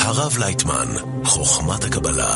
הרב לייטמן, חוכמת הקבלה.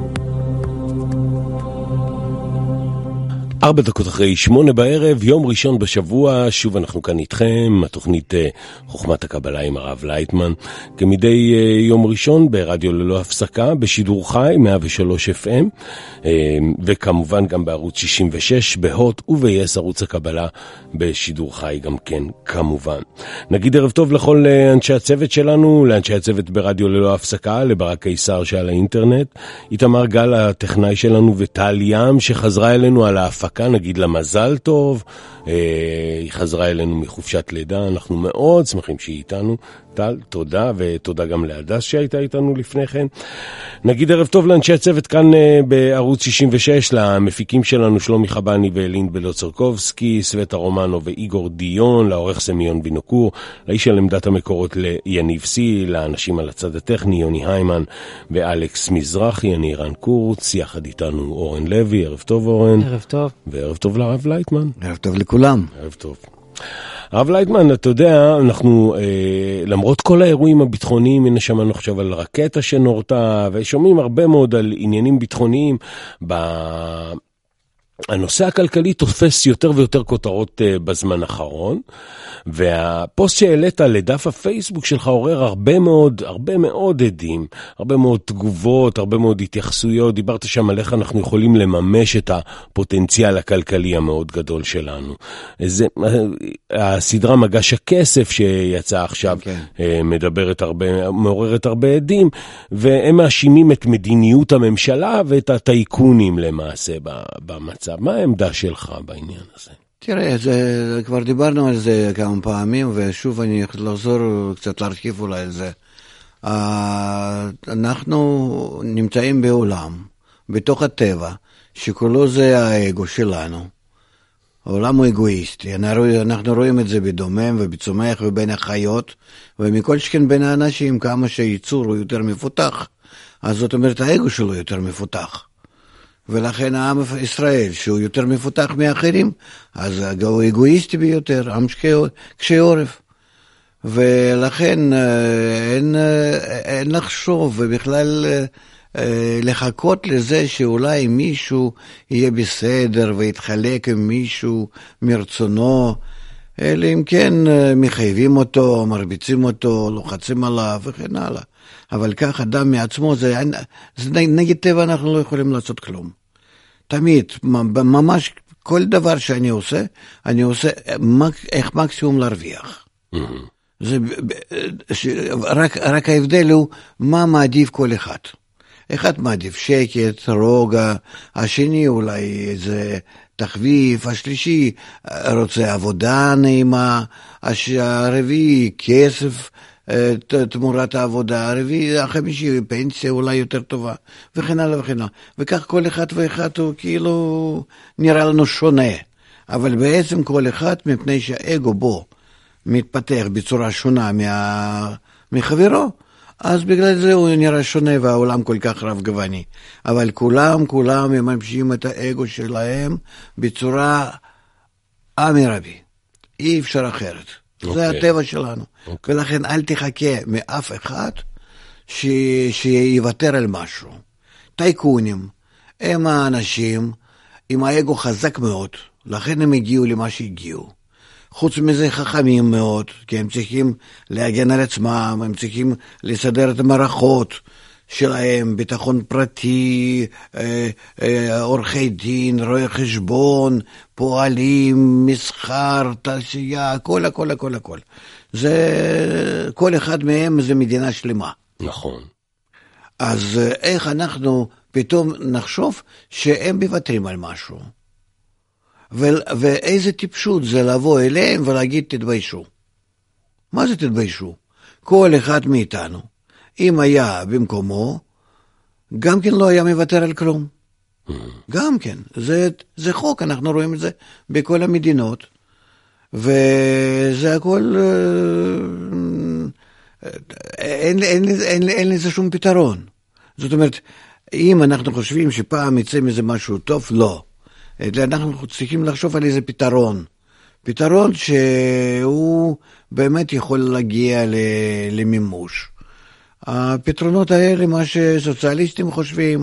7:04, יום ראשון בשבוע, שוב אנחנו כאן איתכם, התוכנית חוכמת הקבלה עם הרב לייטמן, כמדי יום ראשון ברדיו ללא הפסקה, בשידור חי 103 FM, וכמובן גם בערוץ 66, בהוט וביס ערוץ הקבלה בשידור חי גם כן, כמובן. נגיד ערב טוב לכל אנשי הצוות שלנו, לאנשי הצוות ברדיו ללא הפסקה, לברק קיסר שעל האינטרנט, איתמר גל הטכנאי שלנו וטל ים שחזרה אלינו על ההפקה, נגיד לה מזל טוב, היא חזרה אלינו מחופשת לידה, אנחנו מאוד שמחים שהיא איתנו. טל, תודה, ותודה גם להדס שהייתה איתנו לפני כן. נגיד ערב טוב לאנשי הצוות כאן בערוץ 66, למפיקים שלנו שלומי חבני ואלין בלוצרקובסקי, סווטה רומנו ואיגור דיון, לעורך סמיון בינוקור, לאיש של עמדת המקורות ליניב סי, לאנשים על הצד הטכני יוני היימן ואלכס מזרחי, אני רן קורץ, יחד איתנו אורן לוי. ערב טוב אורן. ערב טוב. וערב טוב לרב לייטמן. ערב טוב לכולם. ערב טוב. הרב לייטמן, אתה יודע, אנחנו, למרות כל האירועים הביטחוניים, הנה שמענו עכשיו על רקטה שנורתה, ושומעים הרבה מאוד על עניינים ביטחוניים, הנושא הכלכלי תופס יותר ויותר כותרות בזמן האחרון, והפוסט שהעלית לדף הפייסבוק שלך עורר הרבה מאוד עדים, הרבה מאוד תגובות, הרבה מאוד התייחסויות. דיברת שם על איך אנחנו יכולים לממש את הפוטנציאל הכלכלי המאוד גדול שלנו. הסדרה מגש הכסף שיצאה עכשיו מדברת הרבה, מעוררת הרבה עדים, והם מאשימים את מדיניות הממשלה ואת הטייקונים למעשה במצב. מה העמדה שלך בעניין הזה? תראה, כבר דיברנו על זה כמה פעמים, ושוב אני לחזור קצת להרחיב אולי על זה. אנחנו נמצאים בעולם, בתוך הטבע, שכולו זה האגו שלנו. העולם הוא אגואיסטי, אנחנו רואים את זה בדומם ובצומח ובין החיות, ומכל שכן בין האנשים, כמה שיצור הוא יותר מפותח, אז זאת אומרת האגו שלו יותר מפותח. ולכן העם ישראל, שהוא יותר מפותח מאחרים, אז הוא אגואיסטי ביותר, עם קשה עורף. ולכן אין לחשוב ובכלל לחכות לזה שאולי מישהו יהיה בסדר ויתחלק עם מישהו מרצונו, אלא אם כן מחייבים אותו, מרביצים אותו, לוחצים עליו וכן הלאה. אבל כך אדם מעצמו, זה נגד טבע אנחנו לא יכולים לעשות כלום. תמיד, ממש כל דבר שאני עושה איך מקסימום להרוויח. רק ההבדל הוא מה מעדיף כל אחד. אחד מעדיף שקט, רוגע, השני אולי איזה תחביב, השלישי רוצה עבודה נעימה, הרביעי כסף, תמורת העבודה, הרביעי, החמישי פנסיה אולי יותר טובה, וכן הלאה וכן הלאה. וכך כל אחד ואחד הוא כאילו נראה לנו שונה, אבל בעצם כל אחד מפני שהאגו בו מתפתח בצורה שונה מחברו, אז בגלל זה הוא נראה שונה והעולם כל כך רב גווני. אבל כולם הם ממשיכים את האגו שלהם בצורה המרבי. אי אפשר אחרת. זה הטבע שלנו. ולכן אל תחכה מאף אחד שיוותר על משהו. טייקונים הם האנשים עם האגו חזק מאוד, לכן הם הגיעו למה שהגיעו. חוץ מזה חכמים מאוד, כי הם צריכים להגן על עצמם, הם צריכים לסדר את המערכות שלהם, ביטחון פרטי, עורכי דין, רואי חשבון, פועלים, מסחר, תעשייה, הכל. זה, כל אחד מהם זה מדינה שלמה. נכון. אז איך אנחנו פתאום נחשוב שהם מוותרים על משהו? ואיזה טיפשות זה לבוא אליהם ולהגיד תתביישו. מה זה תתביישו? כל אחד מאיתנו, אם היה במקומו, גם כן לא היה מוותר על כלום. גם כן. זה חוק, אנחנו רואים את זה בכל המדינות, וזה הכל, אין לזה שום פתרון. זאת אומרת, אם אנחנו חושבים שפעם יצא מזה משהו טוב, לא. אנחנו צריכים לחשוב על איזה פתרון שהוא באמת יכול להגיע למימוש. הפתרונות האלה, מה שסוציאליסטים חושבים,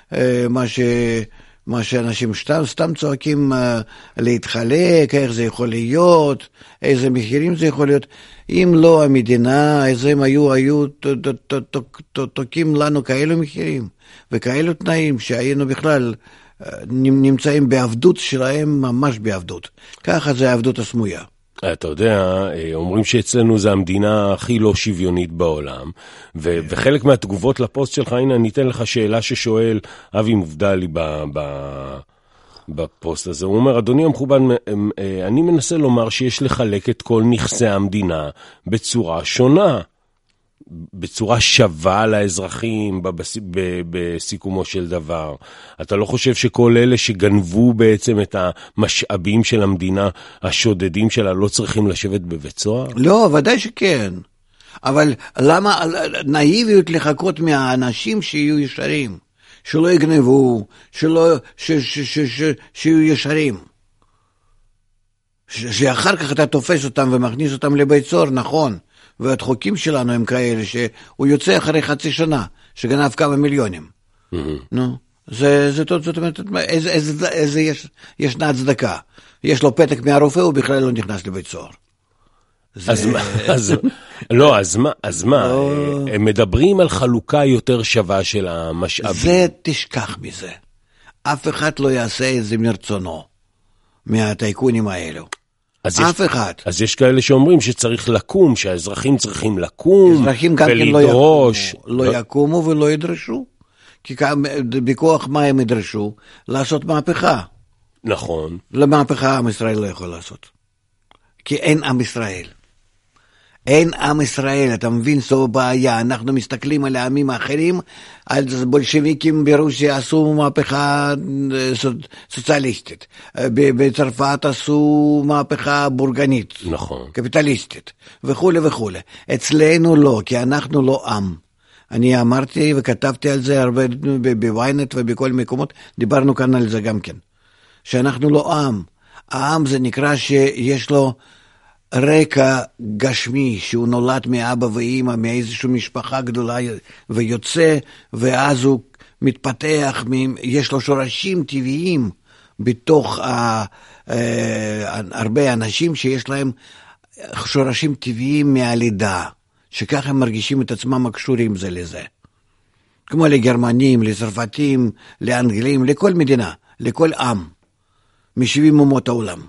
מה שאנשים סתם צועקים להתחלק, איך זה יכול להיות, איזה מחירים זה יכול להיות. אם לא המדינה, אז הם היו תוקעים לנו כאלו מחירים וכאלו תנאים שהיינו בכלל נמצאים בעבדות שלהם, ממש בעבדות. ככה זה העבדות הסמויה. אתה יודע, אומרים שאצלנו זה המדינה הכי לא שוויונית בעולם, וחלק מהתגובות לפוסט שלך, הנה אני אתן לך שאלה ששואל אבי מובדלי בפוסט הזה. הוא אומר, אדוני המכובד, אני מנסה לומר שיש לחלק את כל נכסי המדינה בצורה שונה, בצורה שווה לאזרחים בסיכומו של דבר. אתה לא חושב שכל אלה שגנבו בעצם את המשאבים של המדינה, השודדים שלה, לא צריכים לשבת בבית סוהר? לא, ודאי שכן. אבל למה נאיביות לחכות מהאנשים שיהיו ישרים, שלא יגנבו, שיהיו ישרים? שאחר כך אתה תופס אותם ומכניס אותם לבית סוהר, נכון. והחוקים שלנו הם כאלה שהוא יוצא אחרי חצי שנה, שגנב כמה מיליונים. נו, זאת אומרת, איזה ישנה הצדקה. יש לו פתק מהרופא, הוא בכלל לא נכנס לבית סוהר. אז מה? הם מדברים על חלוקה יותר שווה של המשאבים. זה תשכח מזה. אף אחד לא יעשה את זה מרצונו, מהטייקונים האלו. אף אחד. אז יש כאלה שאומרים שצריך לקום, שהאזרחים צריכים לקום ולדרוש. לא יקומו ולא ידרשו. כי בכוח מה הם ידרשו? לעשות מהפכה. נכון. למהפכה עם ישראל לא יכול לעשות. כי אין עם ישראל. אין עם ישראל, אתה מבין, זו בעיה. אנחנו מסתכלים על העמים האחרים, על בולשביקים ברוסיה עשו מהפכה סוציאליסטית, בצרפת עשו מהפכה בורגנית, נכון. קפיטליסטית, וכו' וכו'. אצלנו לא, כי אנחנו לא עם. אני אמרתי וכתבתי על זה הרבה בוויינט ובכל מקומות, דיברנו כאן על זה גם כן, שאנחנו לא עם. העם זה נקרא שיש לו רקע גשמי, שהוא נולד מאבא ואמא, מאיזושהי משפחה גדולה, ויוצא, ואז הוא מתפתח, יש לו שורשים טבעיים, בתוך הרבה אנשים שיש להם שורשים טבעיים מהלידה, שכך הם מרגישים את עצמם הקשורים זה לזה. כמו לגרמנים, לצרפתים, לאנגלים, לכל מדינה, לכל עם, מ-70 אומות העולם.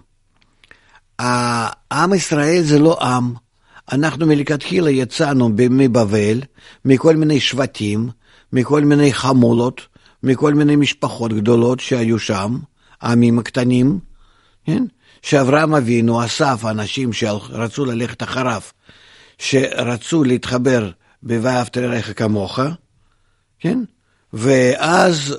העם ישראל זה לא עם. אנחנו מלכתחילה יצאנו מבבל, מכל מיני שבטים, מכל מיני חמולות, מכל מיני משפחות גדולות שהיו שם, העמים הקטנים, כן? שאברהם אבינו אסף אנשים שרצו ללכת אחריו, שרצו להתחבר ב"ואהבת לרעך כמוך", כן? ואז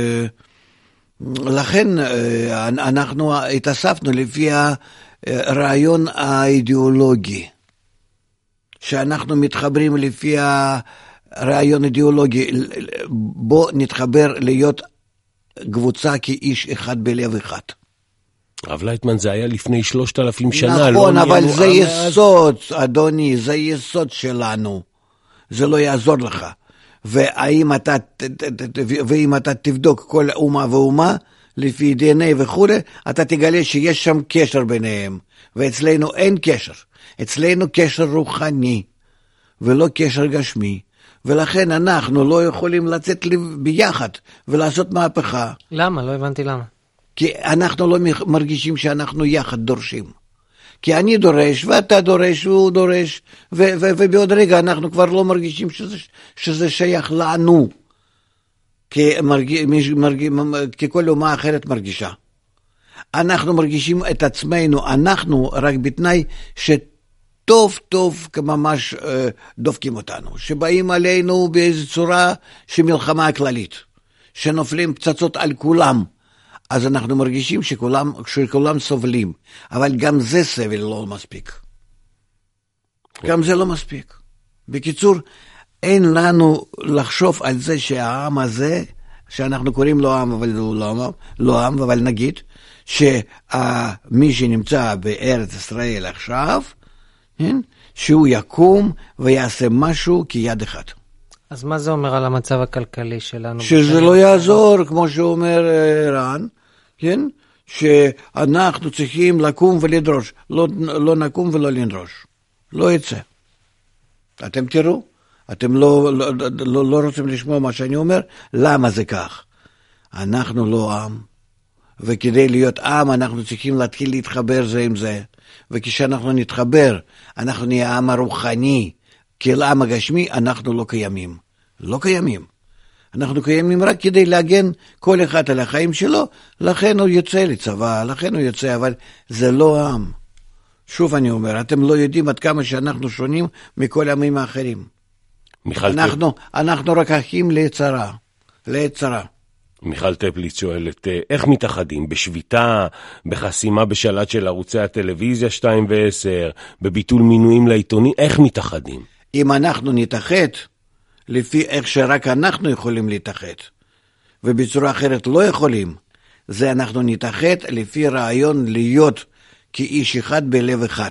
לכן אנחנו התאספנו לפי הרעיון האידיאולוגי, שאנחנו מתחברים לפי הרעיון האידיאולוגי, בוא נתחבר להיות קבוצה כאיש אחד בלב אחד. הרב לייטמן, זה היה לפני 3,000 שנה. נכון, אבל זה יסוד, אדוני, זה יסוד שלנו. זה לא יעזור לך. ואם אתה תבדוק כל אומה ואומה, לפי DNA וכו', אתה תגלה שיש שם קשר ביניהם. ואצלנו אין קשר. אצלנו קשר רוחני, ולא קשר גשמי. ולכן אנחנו לא יכולים לצאת ביחד ולעשות מהפכה. למה? לא הבנתי למה. כי אנחנו לא מרגישים שאנחנו יחד דורשים. כי אני דורש, ואתה דורש, והוא דורש, ובעוד רגע אנחנו כבר לא מרגישים שזה שייך לנו. כי כל אומה אחרת מרגישה. אנחנו מרגישים את עצמנו, אנחנו רק בתנאי שטוב טוב ממש דופקים אותנו, שבאים עלינו באיזו צורה שמלחמה כללית, שנופלים פצצות על כולם, אז אנחנו מרגישים שכולם סובלים, אבל גם זה סבל לא מספיק. גם זה לא מספיק. בקיצור, אין לנו לחשוב על זה שהעם הזה, שאנחנו קוראים לו עם, אבל הוא לא עם, אבל נגיד, שמי שנמצא בארץ ישראל עכשיו, שהוא יקום ויעשה משהו כיד אחד. אז מה זה אומר על המצב הכלכלי שלנו? שזה לא יעזור, כמו שאומר רן, כן? שאנחנו צריכים לקום ולדרוש. לא נקום ולא לנדרוש. לא יצא. אתם תראו, אתם לא רוצים לשמוע מה שאני אומר, למה זה כך? אנחנו לא עם, וכדי להיות עם אנחנו צריכים להתחיל להתחבר זה עם זה, וכשאנחנו נתחבר, אנחנו נהיה העם הרוחני, כי לעם הגשמי אנחנו לא קיימים. לא קיימים. אנחנו קיימים רק כדי להגן כל אחד על החיים שלו, לכן הוא יוצא לצבא, לכן הוא יוצא, אבל זה לא עם. שוב אני אומר, אתם לא יודעים עד כמה שאנחנו שונים מכל העמים האחרים. אנחנו רק אחים ליצרה. מיכל טפליץ שואלת, איך מתאחדים? בשביתה, בחסימה בשלט של ערוצי הטלוויזיה 2 ו-10, בביטול מינויים לעיתונים, איך מתאחדים? אם אנחנו נתאחד, לפי איך שרק אנחנו יכולים להתאחד, ובצורה אחרת לא יכולים, זה אנחנו נתאחד לפי רעיון להיות כאיש אחד בלב אחד.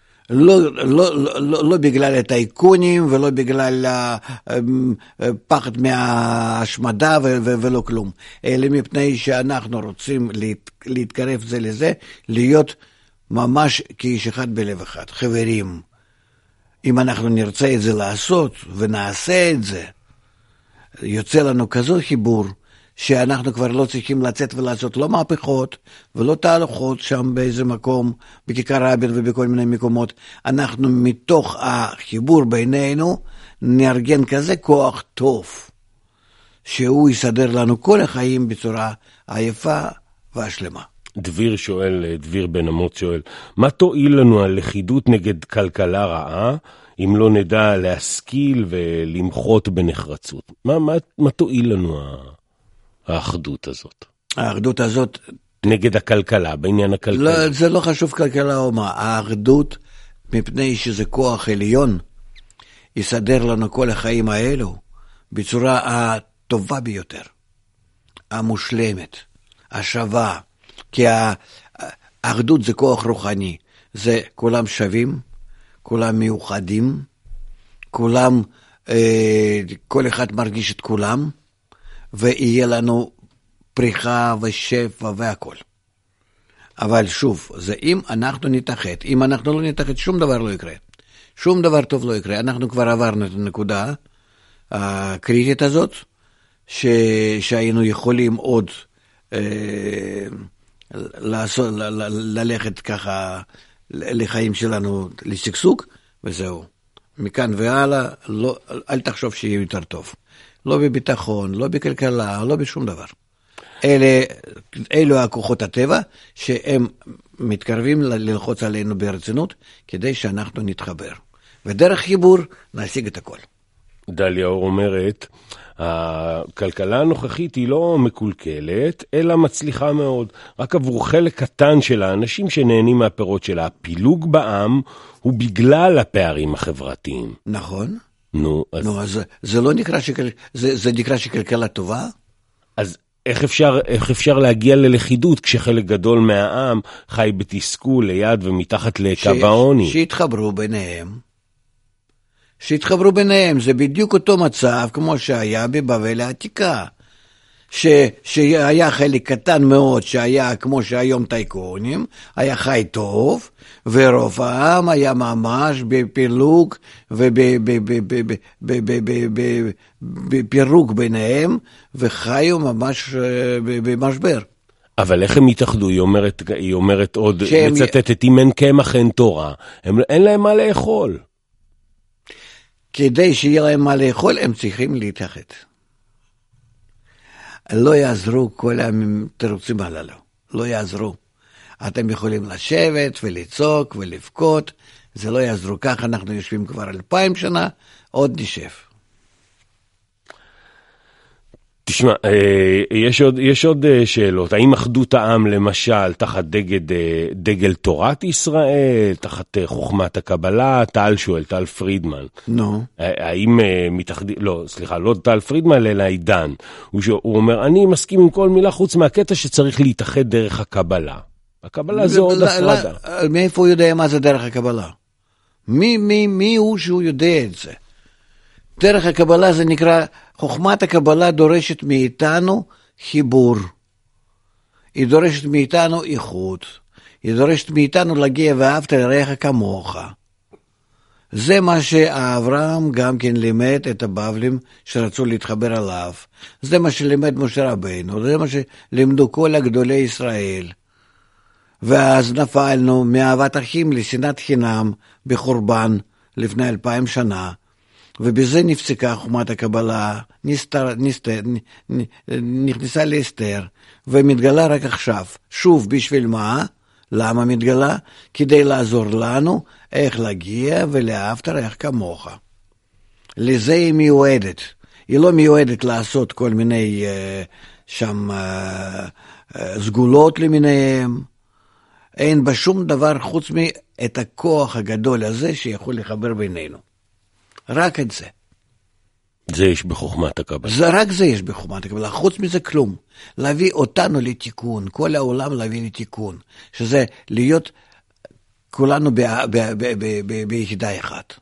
לא בגלל הטייקונים ולא בגלל פחד מההשמדה ולא כלום, אלא מפני שאנחנו רוצים להתקרב זה לזה, להיות ממש כאיש אחד בלב אחד. חברים, אם אנחנו נרצה את זה לעשות ונעשה את זה, יוצא לנו כזו חיבור שאנחנו כבר לא צריכים לצאת ולעשות לא מהפכות ולא תהלוכות שם באיזה מקום, בכיכר רבין ובכל מיני מקומות. אנחנו מתוך החיבור בינינו נארגן כזה כוח טוב, שהוא יסדר לנו כל החיים בצורה היפה והשלמה. דביר בן אמות שואל, מה תועיל לנו הלכידות נגד כלכלה רעה, אם לא נדע להשכיל ולמחות בנחרצות? מה תועיל לנו האחדות הזאת? האחדות הזאת נגד הכלכלה, בעניין הכלכלה. לא, זה לא חשוב כלכלה או מה. האחדות, מפני שזה כוח עליון, יסדר לנו כל החיים האלו בצורה הטובה ביותר, המושלמת, השווה. כי האחדות זה כוח רוחני, זה כולם שווים, כולם מיוחדים, כולם, כל אחד מרגיש את כולם, ויהיה לנו פריחה ושפע והכל. אבל שוב, זה אם אנחנו נתאחד. אם אנחנו לא נתאחד, שום דבר לא יקרה. שום דבר טוב לא יקרה. אנחנו כבר עברנו את הנקודה הקריטית הזאת, שהיינו יכולים עוד ללכת ככה לחיים שלנו לשגשוג, וזהו. מכאן והלאה, אל תחשוב שיהיה יותר טוב. לא בביטחון, לא בכלכלה, לא בשום דבר. אלו הכוחות הטבע שהם מתקרבים ללחוץ עלינו ברצינות כדי שאנחנו נתחבר. ודרך חיבור נשיג את הכל. דליה אור אומרת, הכלכלה הנוכחית היא לא מקולקלת, אלא מצליחה מאוד. רק עבור חלק קטן של האנשים שנהנים מהפירות שלה. הפילוג בעם הוא בגלל הפערים החברתיים. נכון. אז זה לא נקרא זה נקרא שכלכלה טובה? אז איך אפשר להגיע ללכידות כשחלק גדול מהעם חי בתסכול ליד ומתחת לקו העוני? שיתחברו ביניהם, זה בדיוק אותו מצב כמו שהיה בבבל העתיקה, שהיה חלק קטן מאוד שהיה כמו שהיום טייקונים, היה חי טוב, ורוב העם היה ממש בפילוג ובפירוק ביניהם, וחיו ממש במשבר. אבל איך הם התאחדו? היא אומרת עוד, מצטטת, אם אין קמח אין תורה, אין להם מה לאכול. כדי שיהיה להם מה לאכול, הם צריכים להתאחד. לא יעזרו כל התירוצים הללו, לא יעזרו. אתם יכולים לשבת ולצעוק ולבכות, זה לא יעזרו. כך אנחנו יושבים כבר 2000 שנה, עוד נשב. תשמע, יש עוד שאלות. האם אחדות העם למשל תחת דגל תורת ישראל, תחת חוכמת הקבלה? טל שואל, טל פרידמן. האם מתאחדים, לא טל פרידמן, אלא עידן. הוא אומר, אני מסכים עם כל מילה חוץ מהקטע שצריך להתאחד דרך הקבלה. הקבלה זה עוד הפרדה. מאיפה הוא יודע מה זה דרך הקבלה? מי הוא שהוא יודע את זה? דרך הקבלה זה נקרא, חוכמת הקבלה דורשת מאיתנו חיבור. היא דורשת מאיתנו איכות. היא דורשת מאיתנו להגיע ואהבת לרעך כמוך. זה מה שאברהם גם כן לימד את הבבלים שרצו להתחבר עליו. זה מה שלימד משה רבינו, זה מה שלימדו כל הגדולי ישראל. ואז נפלנו מאהבת אחים לשנאת חינם בחורבן לפני 2000 שנה, ובזה נפסקה חוכמת הקבלה, נכנסה להסתר, ומתגלה רק עכשיו. שוב, בשביל מה? למה מתגלה? כדי לעזור לנו איך להגיע ולאהבת לרעך כמוך. לזה היא מיועדת. היא לא מיועדת לעשות כל מיני שם סגולות למיניהם. אין בה שום דבר חוץ מאת הכוח הגדול הזה שיכול לחבר בינינו. רק את זה. זה יש בחוכמת הקבלה. רק זה יש בחוכמת הקבלה. חוץ מזה כלום. להביא אותנו לתיקון. כל העולם להביא לתיקון. שזה להיות כולנו ביחידה אחת.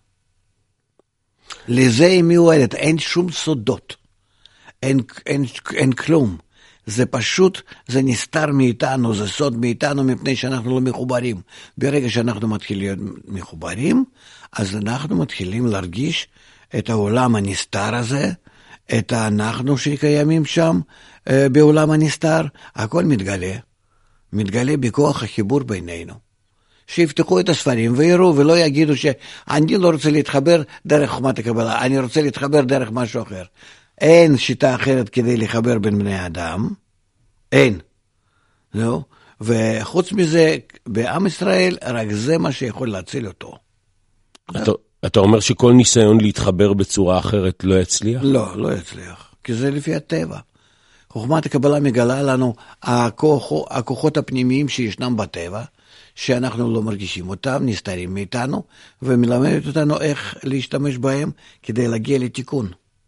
לזה היא מיועדת. אין שום סודות. אין כלום. זה פשוט, זה נסתר מאיתנו, זה סוד מאיתנו מפני שאנחנו לא מחוברים. ברגע שאנחנו מתחילים להיות מחוברים, אז אנחנו מתחילים להרגיש את העולם הנסתר הזה, את אנחנו שקיימים שם בעולם הנסתר, הכל מתגלה בכוח החיבור בינינו. שיפתחו את הספרים ויראו ולא יגידו שאני לא רוצה להתחבר דרך חוכמת הקבלה, אני רוצה להתחבר דרך משהו אחר. אין שיטה אחרת כדי לחבר בין בני אדם, אין. לא? וחוץ מזה, בעם ישראל, רק זה מה שיכול להציל אותו. אתה אומר שכל ניסיון להתחבר בצורה אחרת לא יצליח? לא יצליח, כי זה לפי הטבע. חוכמת הקבלה מגלה לנו הכוחות הפנימיים שישנם בטבע, שאנחנו לא מרגישים אותם, נסתרים מאיתנו, ומלמדת אותנו איך להשתמש בהם כדי להגיע לתיקון.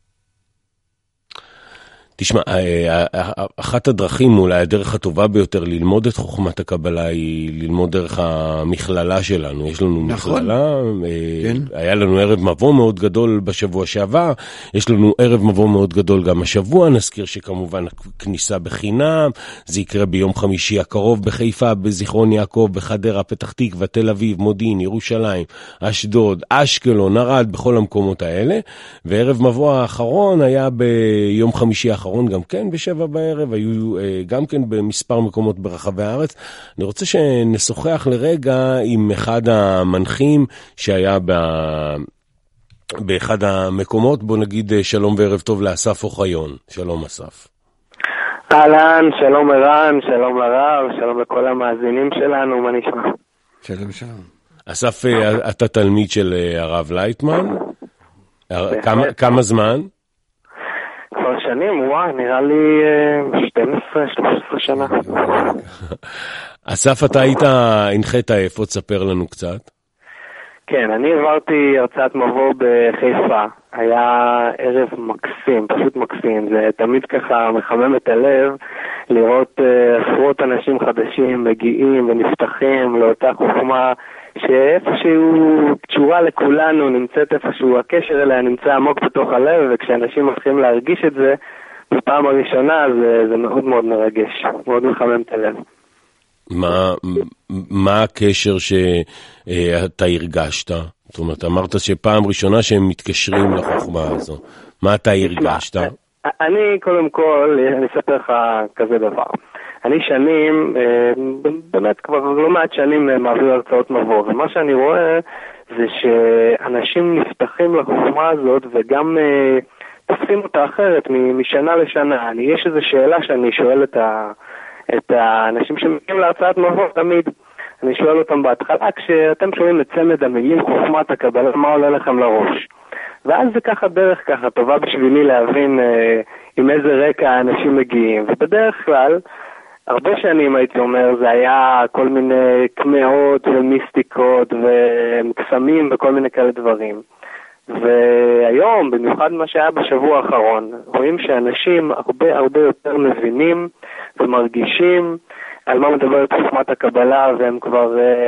תשמע, אחת הדרכים, אולי הדרך הטובה ביותר ללמוד את חוכמת הקבלה היא ללמוד דרך המכללה שלנו. יש לנו מכללה, כן. היה לנו ערב מבוא מאוד גדול בשבוע שעבר, יש לנו ערב מבוא מאוד גדול גם השבוע, נזכיר שכמובן כניסה בחינם, זה יקרה ביום חמישי הקרוב בחיפה, בזיכרון יעקב, בחדרה, פתח תקווה, תל אביב, מודיעין, ירושלים, אשדוד, אשקלון, ערד, בכל המקומות האלה, וערב מבוא האחרון היה ביום חמישי האחרון גם כן בשבע בערב, היו גם כן במספר מקומות ברחבי הארץ. אני רוצה שנשוחח לרגע עם אחד המנחים שהיה באחד המקומות. בוא נגיד שלום וערב טוב לאסף אוחיון. שלום אסף. אהלן, שלום ערן, שלום לרב, שלום לכל המאזינים שלנו, מה נשמע? שלום. אסף, אתה תלמיד של הרב לייטמן? כמה זמן? כבר שנים, נראה לי 12-13 שנה. אסף, אתה הנחית איפה? תספר לנו קצת. כן, אני עברתי הרצאת מבוא בחיפה. היה ערב מקסים, פשוט מקסים. זה תמיד ככה מחמם את הלב לראות עשרות אנשים חדשים מגיעים ונפתחים לאותה חוכמה שאיפשהו קשורה לכולנו, נמצאת איפשהו, הקשר אליה נמצא עמוק בתוך הלב, וכשאנשים מתחילים להרגיש את זה בפעם הראשונה, זה מאוד מאוד מרגש, מאוד מחמם את הלב. מה הקשר שאתה הרגשת? זאת אומרת, אמרת שפעם ראשונה שהם מתקשרים לחוכמה הזו. מה אתה הרגשת? אני קודם כל, אני אספר לך כזה דבר. אני שנים, באמת כבר לא מעט שנים מעביר הרצאות מבוא, ומה שאני רואה זה שאנשים נפתחים לחוכמה הזאת וגם תופסים אותה אחרת משנה לשנה. יש איזו שאלה שאני שואל את האנשים שמגיעים להרצאת מבוא תמיד. אני שואל אותם בהתחלה, כשאתם שומעים את צמד המילים חוכמת הקבלה, מה עולה לכם לראש? ואז זה ככה דרך ככה טובה בשבילי להבין עם איזה רקע האנשים מגיעים. ובדרך כלל, הרבה שנים הייתי אומר, זה היה כל מיני קמאות ומיסטיקות ומקסמים וכל מיני כאלה דברים. והיום, במיוחד מה שהיה בשבוע האחרון, רואים שאנשים הרבה יותר מבינים ומרגישים על מה מדברת חוכמת הקבלה, והם כבר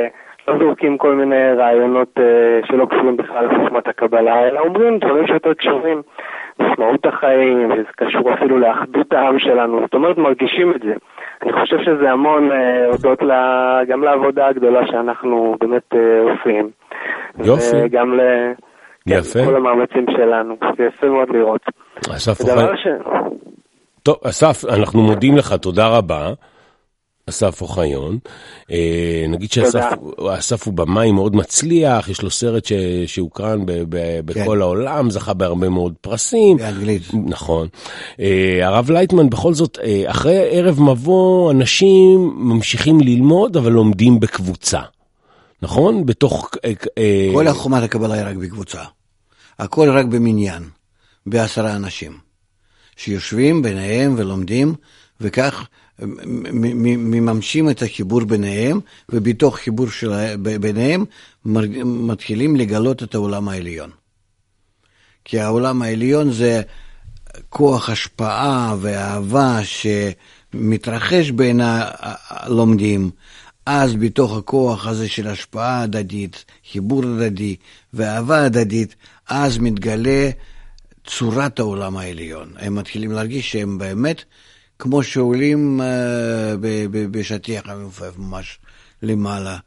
זורקים כל מיני רעיונות שלא קשורים בכלל לחוכמת הקבלה, אלא אומרים דברים שיותר קשורים, משמעות החיים, וזה קשור אפילו לאחדות העם שלנו, זאת אומרת מרגישים את זה. אני חושב שזה המון הודות גם לעבודה הגדולה שאנחנו באמת עושים. יופי. וגם לכל המאמצים שלנו, זה יפה מאוד לראות. אסף טוב, אסף, אנחנו מודים לך, תודה רבה. אסף אוחיון, נגיד שאסף הוא במאי מאוד מצליח, יש לו סרט שהוקרן בכל העולם, זכה בהרבה מאוד פרסים. באנגלית. נכון. הרב לייטמן, בכל זאת, אחרי ערב מבוא, אנשים ממשיכים ללמוד, אבל לומדים בקבוצה. נכון? בתוך... כל החוכמת הקבלה היא רק בקבוצה. הכל רק במניין, ב10 אנשים, שיושבים ביניהם ולומדים, וכך מממשים את החיבור ביניהם, ובתוך חיבור ביניהם מתחילים לגלות את העולם העליון. כי העולם העליון זה כוח השפעה ואהבה שמתרחש בין הלומדים, אז בתוך הכוח הזה של השפעה הדדית, חיבור הדדי ואהבה הדדית, אז מתגלה צורת העולם העליון. הם מתחילים להרגיש שהם באמת כמו שעולים בשטיח המעופף ממש למעלה,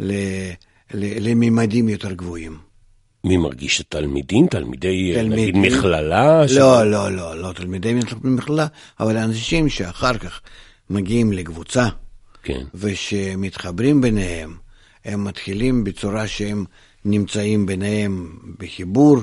לממדים יותר גבוהים. מי מרגיש התלמידים? תלמידי נגיד מכללה? לא תלמידי מכללה, אבל אנשים שאחר כך מגיעים לקבוצה, כן. ושמתחברים ביניהם, הם מתחילים בצורה שהם נמצאים ביניהם בחיבור,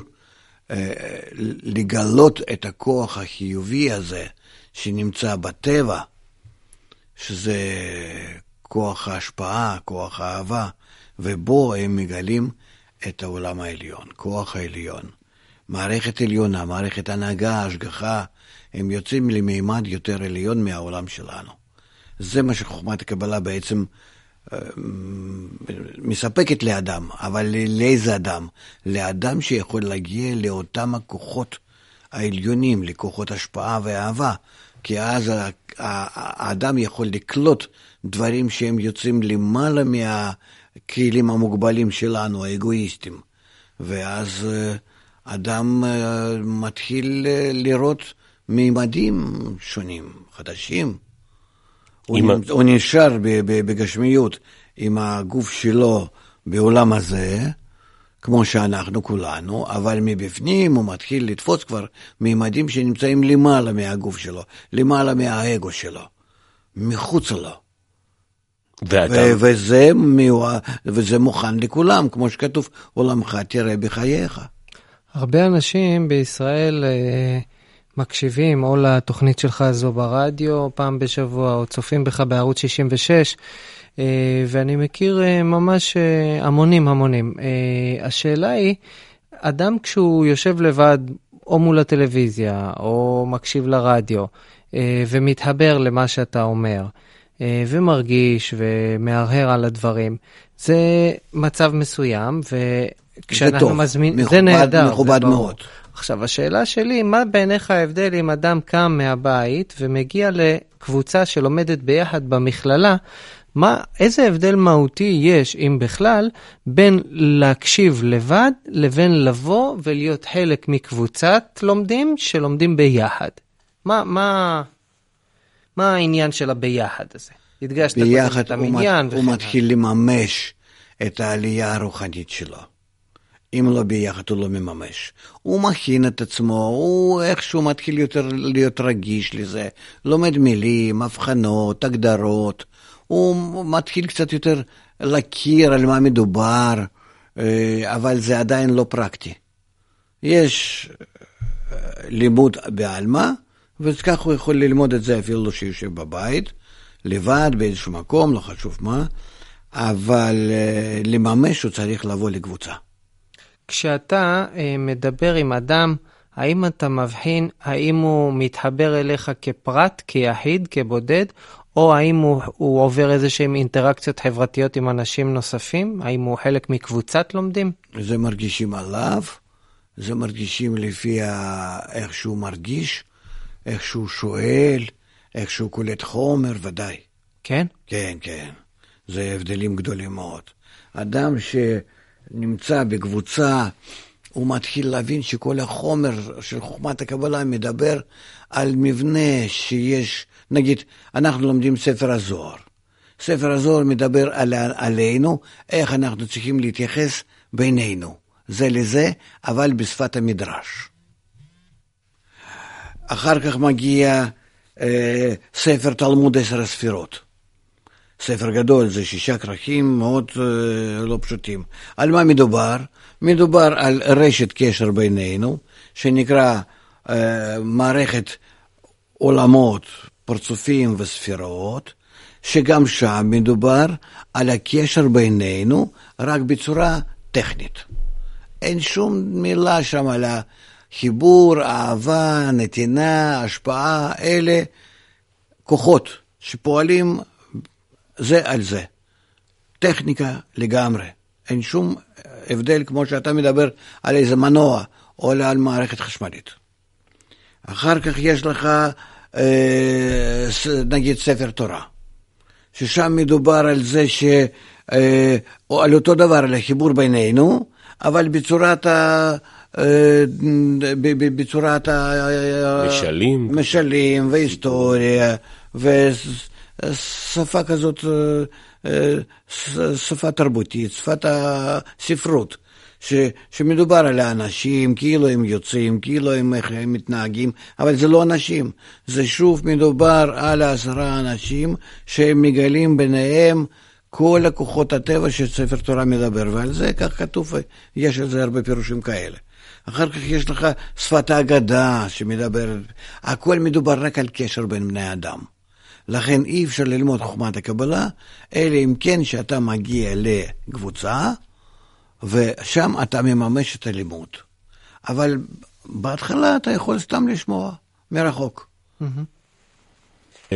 לגלות את הכוח החיובי הזה, שנמצא בטבע, שזה כוח ההשפעה, כוח האהבה, ובו הם מגלים את העולם העליון, כוח העליון. מערכת עליונה, מערכת הנהגה, השגחה, הם יוצאים למימד יותר עליון מהעולם שלנו. זה מה שחוכמת הקבלה בעצם מספקת לאדם, אבל לאיזה אדם? לאדם שיכול להגיע לאותם הכוחות העליונים, לכוחות השפעה ואהבה, כי אז האדם יכול לקלוט דברים שהם יוצאים למעלה מהכלים המוגבלים שלנו, האגואיסטים, ואז אדם מתחיל לראות מימדים שונים, חדשים. הוא נשאר בגשמיות עם הגוף שלו בעולם הזה, כמו שאנחנו כולנו, אבל מבפנים הוא מתחיל לתפוס כבר מימדים שנמצאים למעלה מהגוף שלו, למעלה מהאגו שלו, מחוץ לו. וזה מוכן לכולם, כמו שכתוב, עולמך תראה בחייך. הרבה אנשים בישראל מקשיבים או לתוכנית שלך הזו ברדיו פעם בשבוע, או צופים בך בערוץ 66, ואני מכיר ממש המונים. השאלה היא, אדם כשהוא יושב לבד או מול הטלוויזיה או מקשיב לרדיו ומתחבר למה שאתה אומר ומרגיש ומהרהר על הדברים, זה מצב מסוים, וכשאנחנו מזמינים, זה נהדר, מכובד מאוד. עכשיו, השאלה שלי, מה בעיניך ההבדל אם אדם קם מהבית ומגיע לקבוצה שלומדת ביחד במכללה, איזה הבדל מהותי יש, אם בכלל, בין להקשיב לבד לבין לבוא ולהיות חלק מקבוצת לומדים שלומדים ביחד? מה העניין של הביחד הזה? הדגשת ביחד את המניין הוא מתחיל לממש את העלייה הרוחנית שלו. אם לא ביחד הוא לא מממש. הוא מכין את עצמו, הוא איכשהו מתחיל יותר להיות רגיש לזה, לומד מילים, הבחנות, הגדרות, הוא מתחיל קצת יותר להכיר על מה מדובר, אבל זה עדיין לא פרקטי. יש לימוד בעלמה, וכך הוא יכול ללמוד את זה אפילו שיושב בבית, לבד באיזשהו מקום, לא חשוב מה, אבל לממש הוא צריך לבוא לקבוצה. כשאתה מדבר עם אדם, האם אתה מבחין, האם הוא מתחבר אליך כפרט, כיחיד, כבודד, או האם הוא עובר איזשהם אינטראקציות חברתיות עם אנשים נוספים? האם הוא חלק מקבוצת לומדים? זה מרגישים עליו, זה מרגישים לפי איך שהוא מרגיש, איך שהוא שואל, איך שהוא קולט חומר, ודאי. כן? כן. זה הבדלים גדולים מאוד. אדם שנמצא בקבוצה, הוא מתחיל להבין שכל החומר של חוכמת הקבלה מדבר על מבנה שיש, נגיד, אנחנו לומדים ספר הזוהר. ספר הזוהר מדבר עלינו, איך אנחנו צריכים להתייחס בינינו, זה לזה, אבל בשפת המדרש. אחר כך מגיע ספר תלמוד 10 הספירות. ספר גדול, זה 6 כרכים מאוד לא פשוטים. על מה מדובר? מדובר על רשת קשר בינינו, שנקרא מערכת עולמות, פרצופים וספירות, שגם שם מדובר על הקשר בינינו, רק בצורה טכנית. אין שום מילה שם על החיבור, אהבה, נתינה, השפעה, אלה כוחות שפועלים זה על זה. טכניקה לגמרי. אין שום הבדל כמו שאתה מדבר על איזה מנוע או על מערכת חשמלית. אחר כך יש לך נגיד ספר תורה, ששם מדובר על זה או על אותו דבר, על החיבור בינינו, אבל בצורת משלים והיסטוריה ושפה כזאת, שפה תרבותית, שפת הספרות, שמדובר על האנשים, כאילו הם יוצאים, כאילו הם מתנהגים, אבל זה לא אנשים, זה שוב מדובר על 10 אנשים שהם מגלים ביניהם כל הכוחות הטבע שספר תורה מדבר, ועל זה כך כתוב, יש על זה הרבה פירושים כאלה. אחר כך יש לך שפת ההגדה שמדבר, הכל מדובר רק על קשר בין בני אדם. לכן אי אפשר ללמוד חוכמת הקבלה, אלא אם כן שאתה מגיע לקבוצה, ושם אתה מממש את הלימוד. אבל בהתחלה אתה יכול סתם לשמוע מרחוק. 1-900-722-103,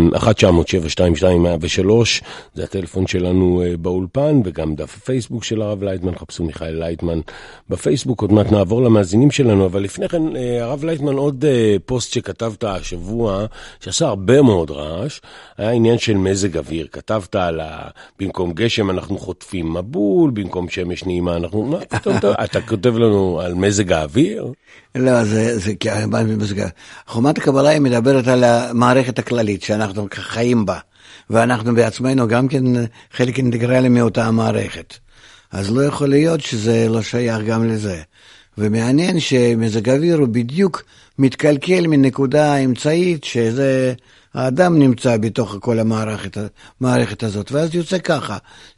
זה הטלפון שלנו באולפן, וגם דף הפייסבוק של הרב לייטמן, חפשו מיכאל לייטמן בפייסבוק, עוד מעט נעבור למאזינים שלנו, אבל לפני כן, הרב לייטמן, עוד פוסט שכתבת השבוע, שעשה הרבה מאוד רעש, היה עניין של מזג אוויר, כתבת על במקום גשם אנחנו חוטפים מבול, במקום שמש נעימה אנחנו, אתה כותב לנו על מזג האוויר? לא, זה מזג האוויר. חוכמת הקבלה היא מדברת על המערכת הכללית שאנחנו חיים בה, ואנחנו בעצמנו גם כן חלק אינטגרלי מאותה המערכת. אז לא יכול להיות שזה לא שייך גם לזה. ומעניין שמזג האוויר הוא בדיוק מתקלקל מנקודה האמצעית, שזה האדם נמצא בתוך כל המערכת הזאת. ואז יוצא ככה,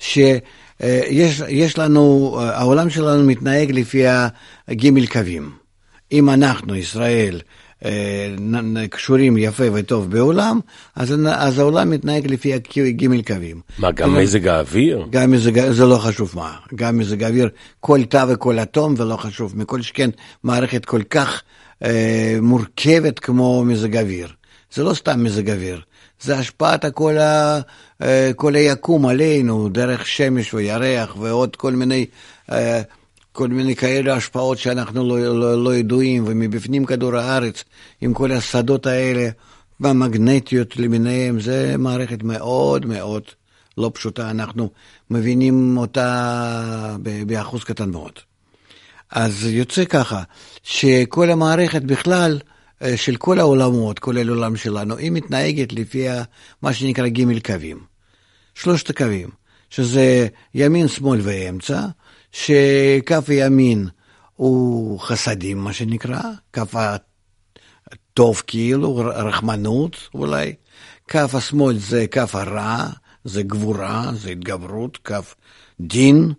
שיש לנו, העולם שלנו מתנהג לפי ג' קווים. אם אנחנו, ישראל, קשורים יפה וטוב בעולם, אז העולם מתנהג לפי ג' קווים. מה, גם מזג האוויר? גם מזג האוויר, זה לא חשוב מה. גם מזג האוויר, כל תא וכל אטום, ולא חשוב. מכל שכן, מערכת כל כך מורכבת כמו מזג האוויר. זה לא סתם מזג האוויר. זה השפעת כל היקום עלינו, דרך שמש וירח, ועוד כל מיני כאלה השפעות שאנחנו לא ידועים, ומבפנים כדור הארץ, עם כל השדות האלה, והמגנטיות למיניהם, זה מערכת מאוד מאוד לא פשוטה, אנחנו מבינים אותה באחוז קטן מאוד. אז יוצא ככה, שכל המערכת בכלל, של כל העולמות, כולל העולם שלנו, היא מתנהגת לפי מה שנקרא ג' קווים. 3 הקווים, שזה ימין, שמאל ואמצע, שכף הימין הוא חסדים, מה שנקרא, כף הטוב כאילו, רחמנות אולי, כף השמאל זה כף הרע, זה גבורה, זה התגברות, כף דין,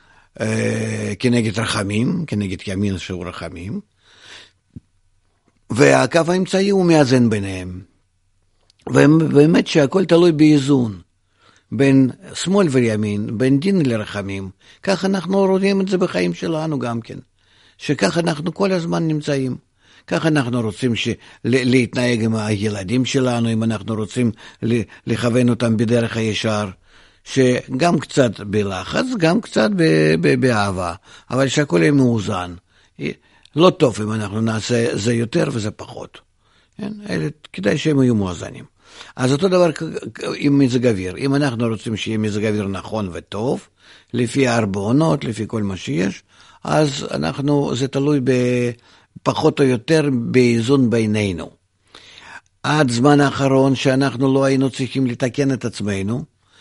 כנגד רחמים, כנגד ימין שהוא רחמים, והקו האמצעי הוא מאזן ביניהם. ובאמת שהכל תלוי באיזון, בין שמאל וימין, בין דין לרחמים. כך אנחנו רואים את זה בחיים שלנו גם כן. שכך אנחנו כל הזמן נמצאים. כך אנחנו רוצים להתנהג עם הילדים שלנו, אם אנחנו רוצים לכוון אותם בדרך הישר. שגם קצת בלחץ, גם קצת באהבה. אבל שהכל יהיה מאוזן. לא טוב אם אנחנו נעשה זה יותר וזה פחות. כדאי שהם יהיו מאוזנים. אז אותו דבר עם מזג אוויר. אם אנחנו רוצים שיהיה מזג אוויר נכון וטוב, לפי הארבע עונות, לפי כל מה שיש, אז זה תלוי פחות או יותר באיזון בינינו. עד זמן האחרון שאנחנו לא היינו צריכים לתקן את עצמנו,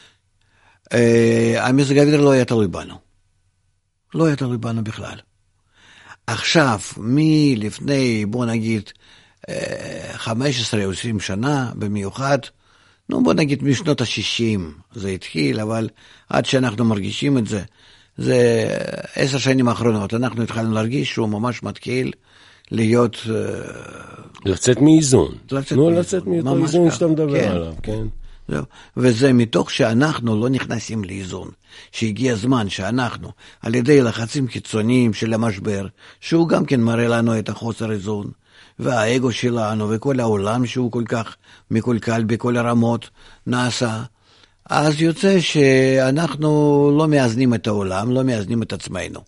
המזג האוויר לא היה תלוי בנו. לא היה תלוי בנו בכלל. עכשיו, מלפני, בוא נגיד, 15 או 20 שנה, במיוחד, בוא נגיד משנות ה-60 זה התחיל, אבל עד שאנחנו מרגישים את זה, זה 10 שנים האחרונות, אנחנו התחלנו להרגיש שהוא ממש מתחיל להיות... לצאת מאיזון. לצאת מאותו איזון שאתה מדבר עליו, כן. וזה מתוך שאנחנו לא נכנסים לאיזון, שהגיע הזמן שאנחנו, על ידי לחצים קיצוניים של המשבר, שהוא גם כן מראה לנו את החוסר איזון, והאגו שלנו וכל העולם שהוא כל כך מקולקל בכל הרמות נעשה, אז יוצא שאנחנו לא מאזנים את העולם, לא מאזנים את עצמנו.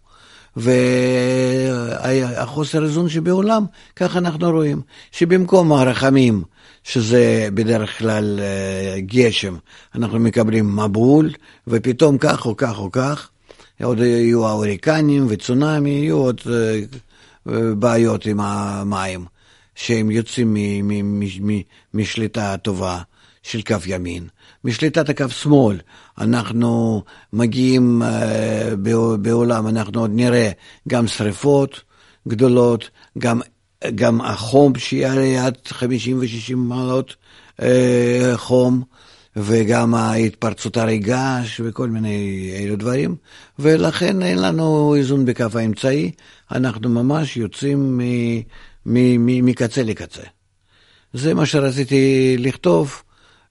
והחוסר איזון שבעולם, כך אנחנו רואים, שבמקום הרחמים, שזה בדרך כלל גשם, אנחנו מקבלים מבול, ופתאום כך או כך או כך, עוד יהיו ההוריקנים וצונאמי, יהיו עוד בעיות עם המים, שהם יוצאים משליטה טובה של קו ימין. משליטת הקו שמאל, אנחנו מגיעים בעולם, אנחנו עוד נראה גם שריפות גדולות, גם החום שיהיה עד 50 ו-60 מעלות חום, וגם ההתפרצות הרגש וכל מיני אלו דברים, ולכן אין לנו איזון בקו האמצעי, אנחנו ממש יוצאים מקצה לקצה. זה מה שרציתי לכתוב,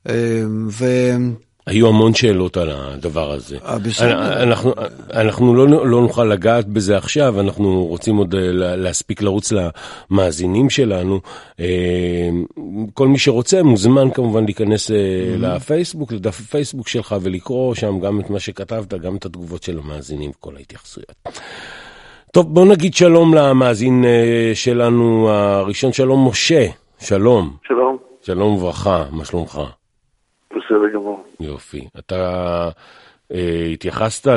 היו המון שאלות על הדבר הזה. אנחנו לא נוכל לגעת בזה עכשיו, אנחנו רוצים עוד להספיק לרוץ למאזינים שלנו. כל מי שרוצה מוזמן כמובן להיכנס לפייסבוק, לדף הפייסבוק שלך, ולקרוא שם גם את מה שכתבת, גם את התגובות של המאזינים וכל ההתייחסויות. טוב, בוא נגיד שלום למאזין שלנו הראשון, שלום משה. שלום. שלום. שלום וברכה, מה שלומך? בסדר גמור. יופי. אתה התייחסת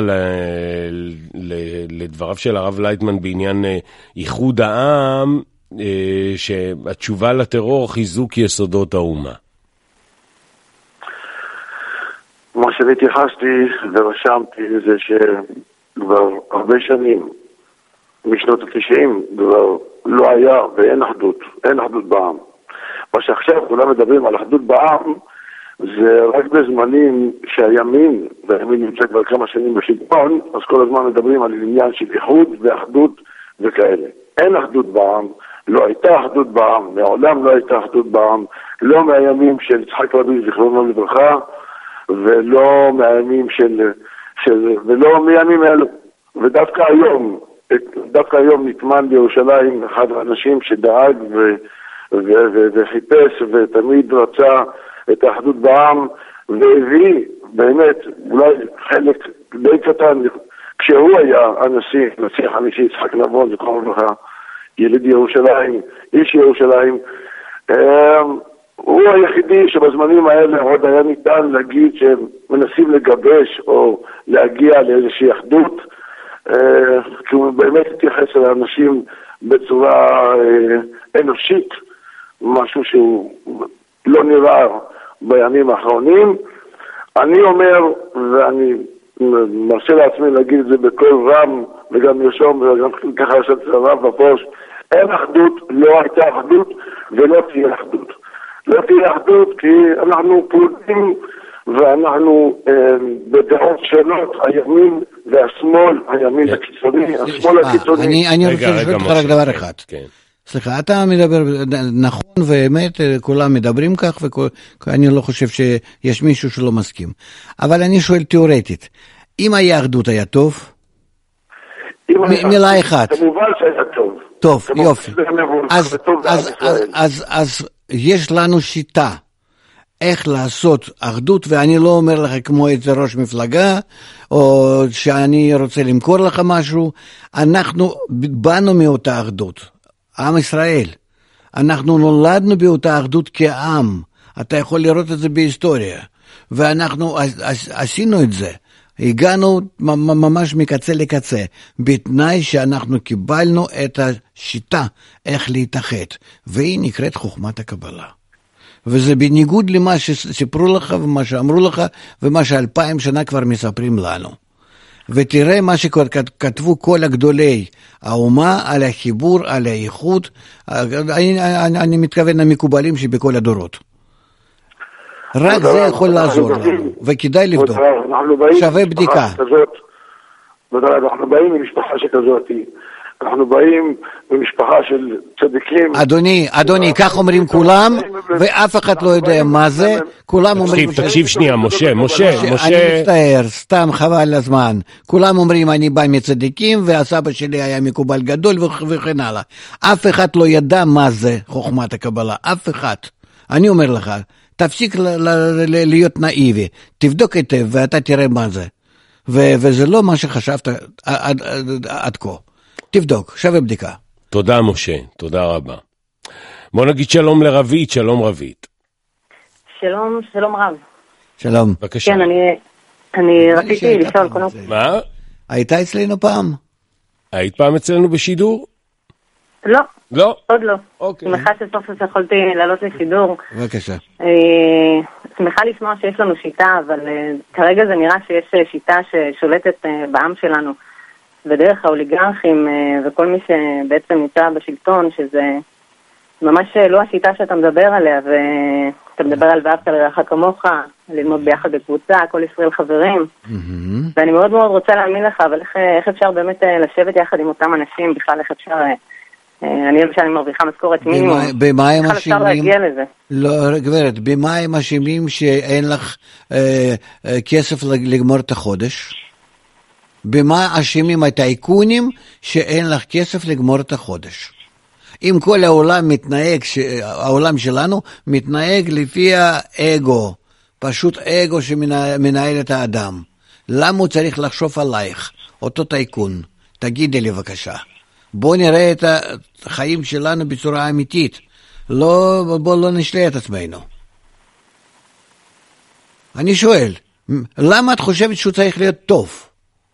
לדבריו של הרב לייטמן בעניין איחוד העם, שהתשובה לטרור חיזוק יסודות האומה. מה שאני התייחסתי ורשמתי זה שכבר הרבה שנים, משנות ה-90, כבר לא היה ואין אחדות, אין אחדות בעם. מה שעכשיו כולם מדברים על אחדות בעם, זה רק בזמנים שהימין, והימין נמצא כבר כמה שנים בשלטון, אז כל הזמן מדברים על עניין של איחוד ואחדות וכאלה. אין אחדות בעם, לא הייתה אחדות בעם, מעולם לא הייתה אחדות בעם, לא מהימים של יצחק רבין זיכרונו לברכה, ולא מהימים ולא מימים אלו. ודווקא היום נטמן בירושלים אחד האנשים שדאג וחיפש ותמיד רצה את האחדות בעם, והביא באמת אולי חלק די קטן, כשהוא היה הנשיא החמישי יצחק נבון, זכרונו לברכה, יליד ירושלים, איש ירושלים, הוא היחידי שבזמנים האלה עוד היה ניתן להגיד שהם מנסים לגבש או להגיע לאיזושהי אחדות, כי הוא באמת התייחס אל האנשים בצורה אנושית, משהו שהוא לא נראה בימים האחרונים. אני אומר, ואני מרשה לעצמי להגיד את זה בכל רם, וגם ירשום, וגם ככה יש את הרב בפוסט, אין אחדות, לא הייתה אחדות, ולא תהיה אחדות. לא תהיה אחדות כי אנחנו פרודים, ואנחנו בדעות שונות, הימין והשמאל, הימין הקיצוני, השמאל הקיצוני. אני רוצה לשאול אותך רק דבר אחד. סליחה, אתה מדבר נכון ואמת, כולם מדברים כך, ואני לא חושב שיש מישהו שלא מסכים. אבל אני שואל תיאורטית, אם היה אחדות היה טוב? מילה אחת. כמובן שהיה טוב. טוב, יופי. אז יש לנו שיטה איך לעשות אחדות, ואני לא אומר לך כמו איזה ראש מפלגה, או שאני רוצה למכור לך משהו, אנחנו באנו מאותה אחדות. עם ישראל. אנחנו נולדנו באותה אחדות כעם. אתה יכול לראות את זה בהיסטוריה. ואנחנו עשינו את זה. הגענו ממש מקצה לקצה, בתנאי שאנחנו קיבלנו את השיטה איך להתאחד, והיא נקראת חוכמת הקבלה. וזה בניגוד למה שסיפרו לך ומה שאמרו לך ומה ש2000 שנה כבר מספרים לנו. ותראה מה שכבר כתבו כל הגדולי האומה על החיבור, על האיחוד, אני מתכוון למקובלים שבכל הדורות. רק זה יכול לעזור לנו, וכדאי לבדוק. שווה בדיקה. אנחנו באים ממשפחה שכזאת, אנחנו באים ממשפחה של צדיקים. אדוני, כך אומרים כולם, ואף אחד לא יודע מה זה, כולם אומרים... תקשיב שנייה, משה. אני מצטער, סתם חבל הזמן. כולם אומרים, אני בא מצדיקים, והסבא שלי היה מקובל גדול וכן הלאה. אף אחד לא ידע מה זה חוכמת הקבלה, אף אחד. אני אומר לך, תפסיק להיות נאיבי, תבדוק היטב ואתה תראה מה זה. וזה לא מה שחשבת עד כה. תבדוק, שווה בדיקה. תודה משה, תודה רבה. בוא נגיד שלום לרבית, שלום רבית. שלום רב. שלום. בבקשה. כן, אני רציתי לשאול קודם. מה? היית אצלנו פעם? היית פעם אצלנו בשידור? לא, עוד לא. אוקיי. שמחה שסוף סוף יכולתי לעלות לשידור. בבקשה. שמחה לשמוע שיש לנו שיטה, אבל כרגע זה נראה שיש שיטה ששולטת בעם שלנו, בדרך האוליגרכים וכל מי שבעצם נמצא בשלטון, שזה ממש לא השיטה שאתה מדבר עליה, ואתה מדבר על ואהבת לרעך כמוך, ללמוד ביחד בקבוצה, כל ישראל חברים, ואני מאוד מאוד רוצה להאמין לך, אבל איך אפשר באמת לשבת יחד עם אותם אנשים, בכלל איך אפשר... אני למשל מרוויחה משכורת מינימום. במה הם אשמים? אפשר להגיע לזה. לא, גברת, במה הם אשמים שאין לך כסף לגמור את החודש? במה אשמים הטייקונים שאין לך כסף לגמור את החודש? אם כל העולם מתנהג, העולם שלנו מתנהג לפי האגו, פשוט אגו שמנהל את האדם. למה הוא צריך לחשוב עלייך, אותו טייקון? תגידי לי בבקשה. בוא נראה את החיים שלנו בצורה אמיתית. בוא לא נשלה את עצמנו. אני שואל, למה את חושבת שהוא צריך להיות טוב?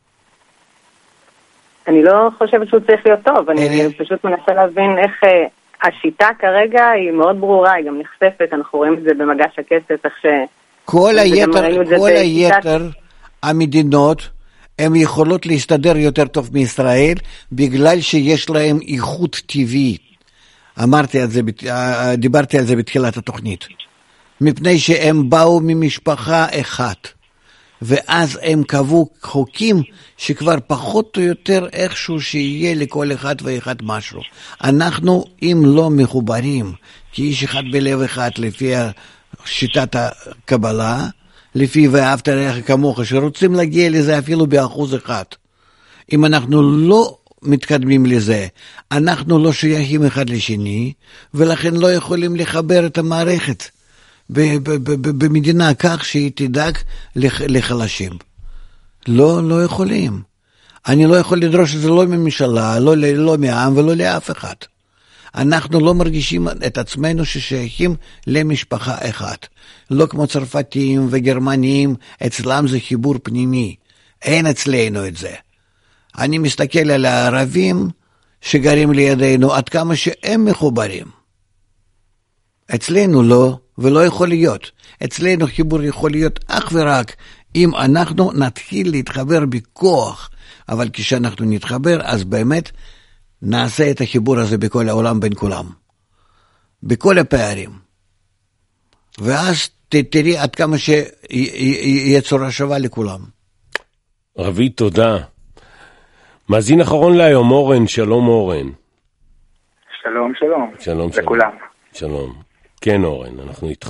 אני לא חושבת שהוא צריך להיות טוב, אני פשוט מנסה להבין איך השיטה כרגע היא מאוד ברורה, היא גם נחשפת, אנחנו רואים את זה במגש הכסף, איך ש... כל היתר המדינות הן יכולות להסתדר יותר טוב מישראל, בגלל שיש להם איכות טבעי. דיברתי על זה בתחילת התוכנית. מפני שהם באו ממשפחה אחת, ואז הם קבעו חוקים שכבר פחות או יותר איכשהו שיהיה לכל אחד ואחד משהו. אנחנו, אם לא מחוברים, כאיש אחד בלב אחד לפי שיטת הקבלה, לפי ואהבת לרעך כמוך, שרוצים להגיע לזה אפילו ב1%. אם אנחנו לא מתקדמים לזה, אנחנו לא שייכים אחד לשני, ולכן לא יכולים לחבר את המערכת במדינה כך שהיא תדאג לחלשים. לא יכולים. אני לא יכול לדרוש את זה לא מממשלה, לא מהעם ולא לאף אחד. אנחנו לא מרגישים את עצמנו ששייכים למשפחה אחת. לא כמו צרפתים וגרמנים, אצלם זה חיבור פנימי. אין אצלנו את זה. אני מסתכל על הערבים שגרים לידינו, עד כמה שהם מחוברים. אצלנו לא, ולא יכול להיות. אצלנו חיבור יכול להיות אך ורק אם אנחנו נתחיל להתחבר בכוח. אבל כשאנחנו נתחבר, אז באמת נעשה את החיבור הזה בכל העולם בין כולם. בכל הפערים. ואז תראי עד כמה שיהיה צורה שווה לכולם. רבי, תודה. מאזין אחרון להיום, אורן, שלום אורן. שלום, שלום. שלום, שלום. לכולם. שלום. כן אורן, אנחנו איתך.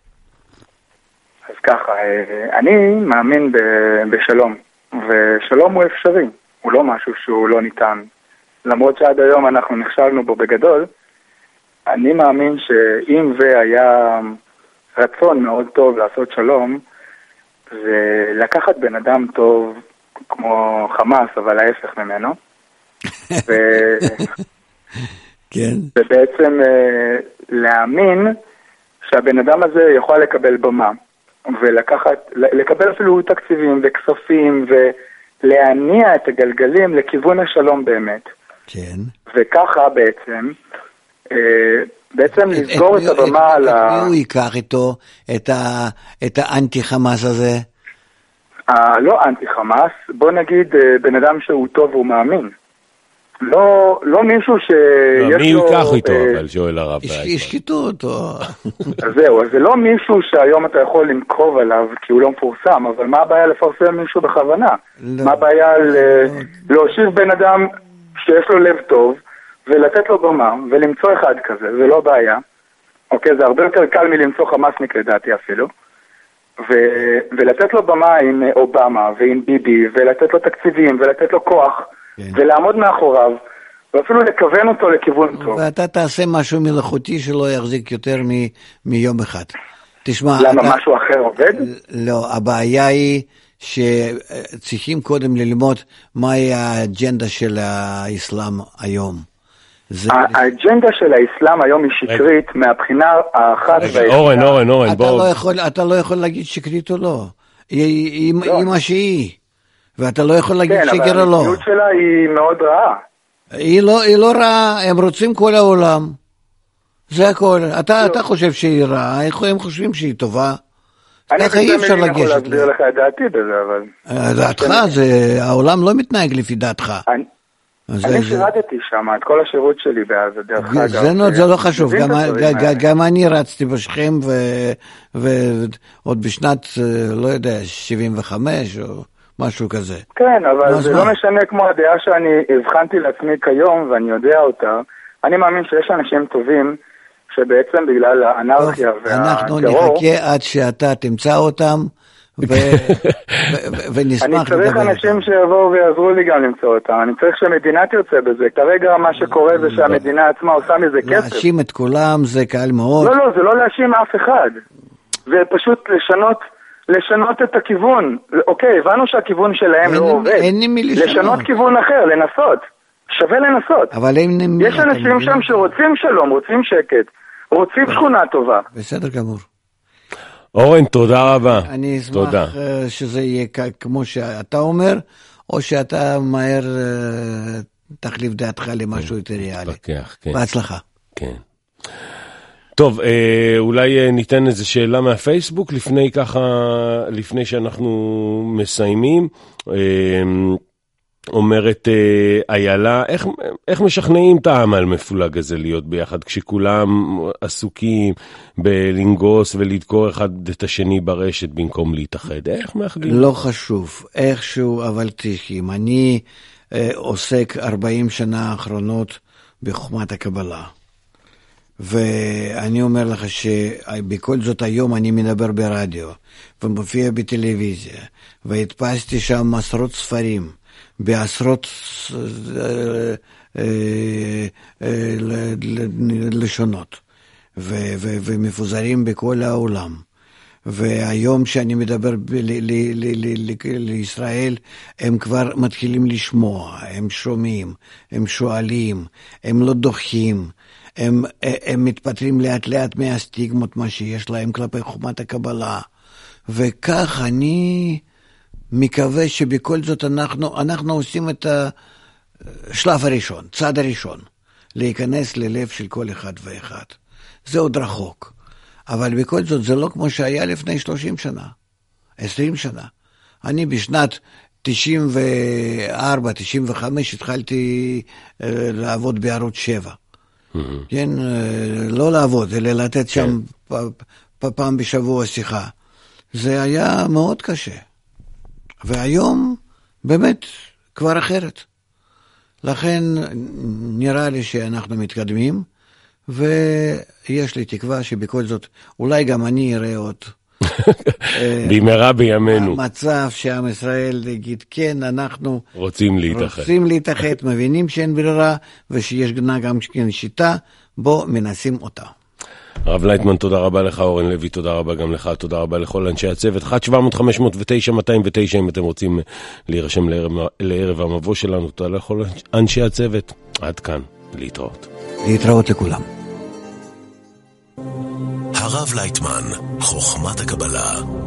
אז ככה, אני מאמין בשלום, ושלום הוא אפשרי, הוא לא משהו שהוא לא ניתן. למרות שעד היום אנחנו נכשלנו בו בגדול, אני מאמין שאם והיה רצון מאוד טוב לעשות שלום, זה לקחת בן אדם טוב כמו חמאס, אבל ההפך ממנו. כן. ובעצם להאמין שהבן אדם הזה יכול לקבל במה, לקבל אפילו תקציבים וכספים, ולהניע את הגלגלים לכיוון השלום באמת. כן. וככה בעצם לסגור את הבמה על את מי הוא ייקח איתו את האנטי חמאס הזה? לא אנטי חמאס, בוא נגיד בן אדם שהוא טוב והוא מאמין. לא מישהו שיש לו... מי ייקח איתו, אבל שואל הרב לייטמן. ישקיטו אותו. זהו, אז זה לא מישהו שהיום אתה יכול לנקוב עליו כי הוא לא מפורסם, אבל מה הבעיה לפרסם מישהו בכוונה? מה הבעיה להושיב בן אדם שיש לו לב טוב ולתת לו במה ולמצוא אחד כזה, זה לא בעיה. אוקיי, זה הרבה יותר קל מלמצוא חמאסניק לדעתי אפילו. ולתת לו במה עם אובמה ועם ביבי, ולתת לו תקציבים ולתת לו כוח, ולעמוד מאחוריו, ואפילו לכוון אותו לכיוון טוב. ואתה תעשה משהו מלאכותי שלא יחזיק יותר מיום אחד. תשמע, למה משהו אחר עובד? לא, הבעיה היא שצריכים קודם ללמוד מהי האג'נדה של האסלאם היום. האג'נדה של האסלאם היום היא שקרית מהבחינה האחת והיחידה. אורן, אתה לא יכול להגיד שקרית או לא. היא מה שהיא. ואתה לא יכול להגיד שקר או לא. כן, אבל המציאות שלה היא מאוד רעה. היא לא רעה, הם רוצים כל העולם. זה הכל. אתה חושב שהיא רעה, הם חושבים שהיא טובה. אני יכול להסביר לך את דעתי בזה, אבל... דעתך, העולם לא מתנהג לפי דעתך. אני שירתתי שם, את כל השירות שלי בעזה, דרך אגב. זה לא חשוב, גם אני רצתי בשכם, ועוד בשנת, לא יודע, 75 או משהו כזה. כן, אבל זה לא משנה כמו הדעה שאני הבחנתי לעצמי כיום, ואני יודע אותה. אני מאמין שיש אנשים טובים, שבעצם בגלל האנרכיה והטרור... אנחנו נחכה עד שאתה תמצא אותם, ונשמח אני צריך אנשים שיבואו ויעזרו לי גם למצוא אותם. אני צריך שהמדינה תרצה בזה. כרגע מה שקורה זה שהמדינה עצמה עושה מזה כסף. להאשים את כולם זה קל מאוד. לא, זה לא להאשים אף אחד. זה פשוט לשנות את הכיוון. אוקיי, הבנו שהכיוון שלהם לא עובד. לשנות כיוון אחר, לנסות. שווה לנסות. יש אנשים שם שרוצים שלום, רוצים שקט, רוצים שכונה טובה. בסדר גמור. אורן, תודה רבה. אני אשמח שזה יהיה כמו שאתה אומר, או שאתה מהר תחליף דעתך למשהו יותר ריאלי. בהצלחה. כן. טוב, אולי ניתן איזו שאלה מהפייסבוק לפני שאנחנו מסיימים. אומרת איילה, איך משכנעים את העם על מפולג הזה להיות ביחד, כשכולם עסוקים בלנגוס ולדקור אחד את השני ברשת במקום להתאחד? איך מאחדים? לא חשוב, איכשהו, אבל תשכים. אני עוסק 40 שנה האחרונות בחוכמת הקבלה. ואני אומר לך שבכל זאת היום אני מדבר ברדיו, ומופיע בטלוויזיה, והדפסתי שם עשרות ספרים, בעשרות לשונות, ומפוזרים בכל העולם. והיום שאני מדבר לישראל, הם כבר מתחילים לשמוע, הם שומעים, הם שואלים, הם לא דוחים, הם מתפטרים לאט לאט מהסטיגמות מה שיש להם כלפי חוכמת הקבלה. וכך אני מקווה שבכל זאת אנחנו עושים את השלב הראשון, צעד הראשון, להיכנס ללב של כל אחד ואחד. זה עוד רחוק, אבל בכל זאת זה לא כמו שהיה לפני 30 שנה, 20 שנה. אני בשנת 94, 95 התחלתי לעבוד בערוץ 7. כן, לא לעבוד, אלא לתת שם פעם בשבוע שיחה. זה היה מאוד קשה. והיום באמת כבר אחרת. לכן נראה לי שאנחנו מתקדמים, ויש לי תקווה שבכל זאת, אולי גם אני אראה עוד במהרה בימינו. מצב שעם ישראל יגיד, כן, אנחנו רוצים להתאחד, מבינים שאין ברירה, ושיש גם שיטה, בוא מנסים אותה. הרב לייטמן, תודה רבה לך. אורן לוי, תודה רבה גם לך. תודה רבה לכל אנשי הצוות. 1-700-509-209 אם אתם רוצים להירשם לערב המבוא שלנו. תודה לכל אנשי הצוות. עד כאן. להתראות. להתראות לכולם. הרב לייטמן, חוכמת הקבלה.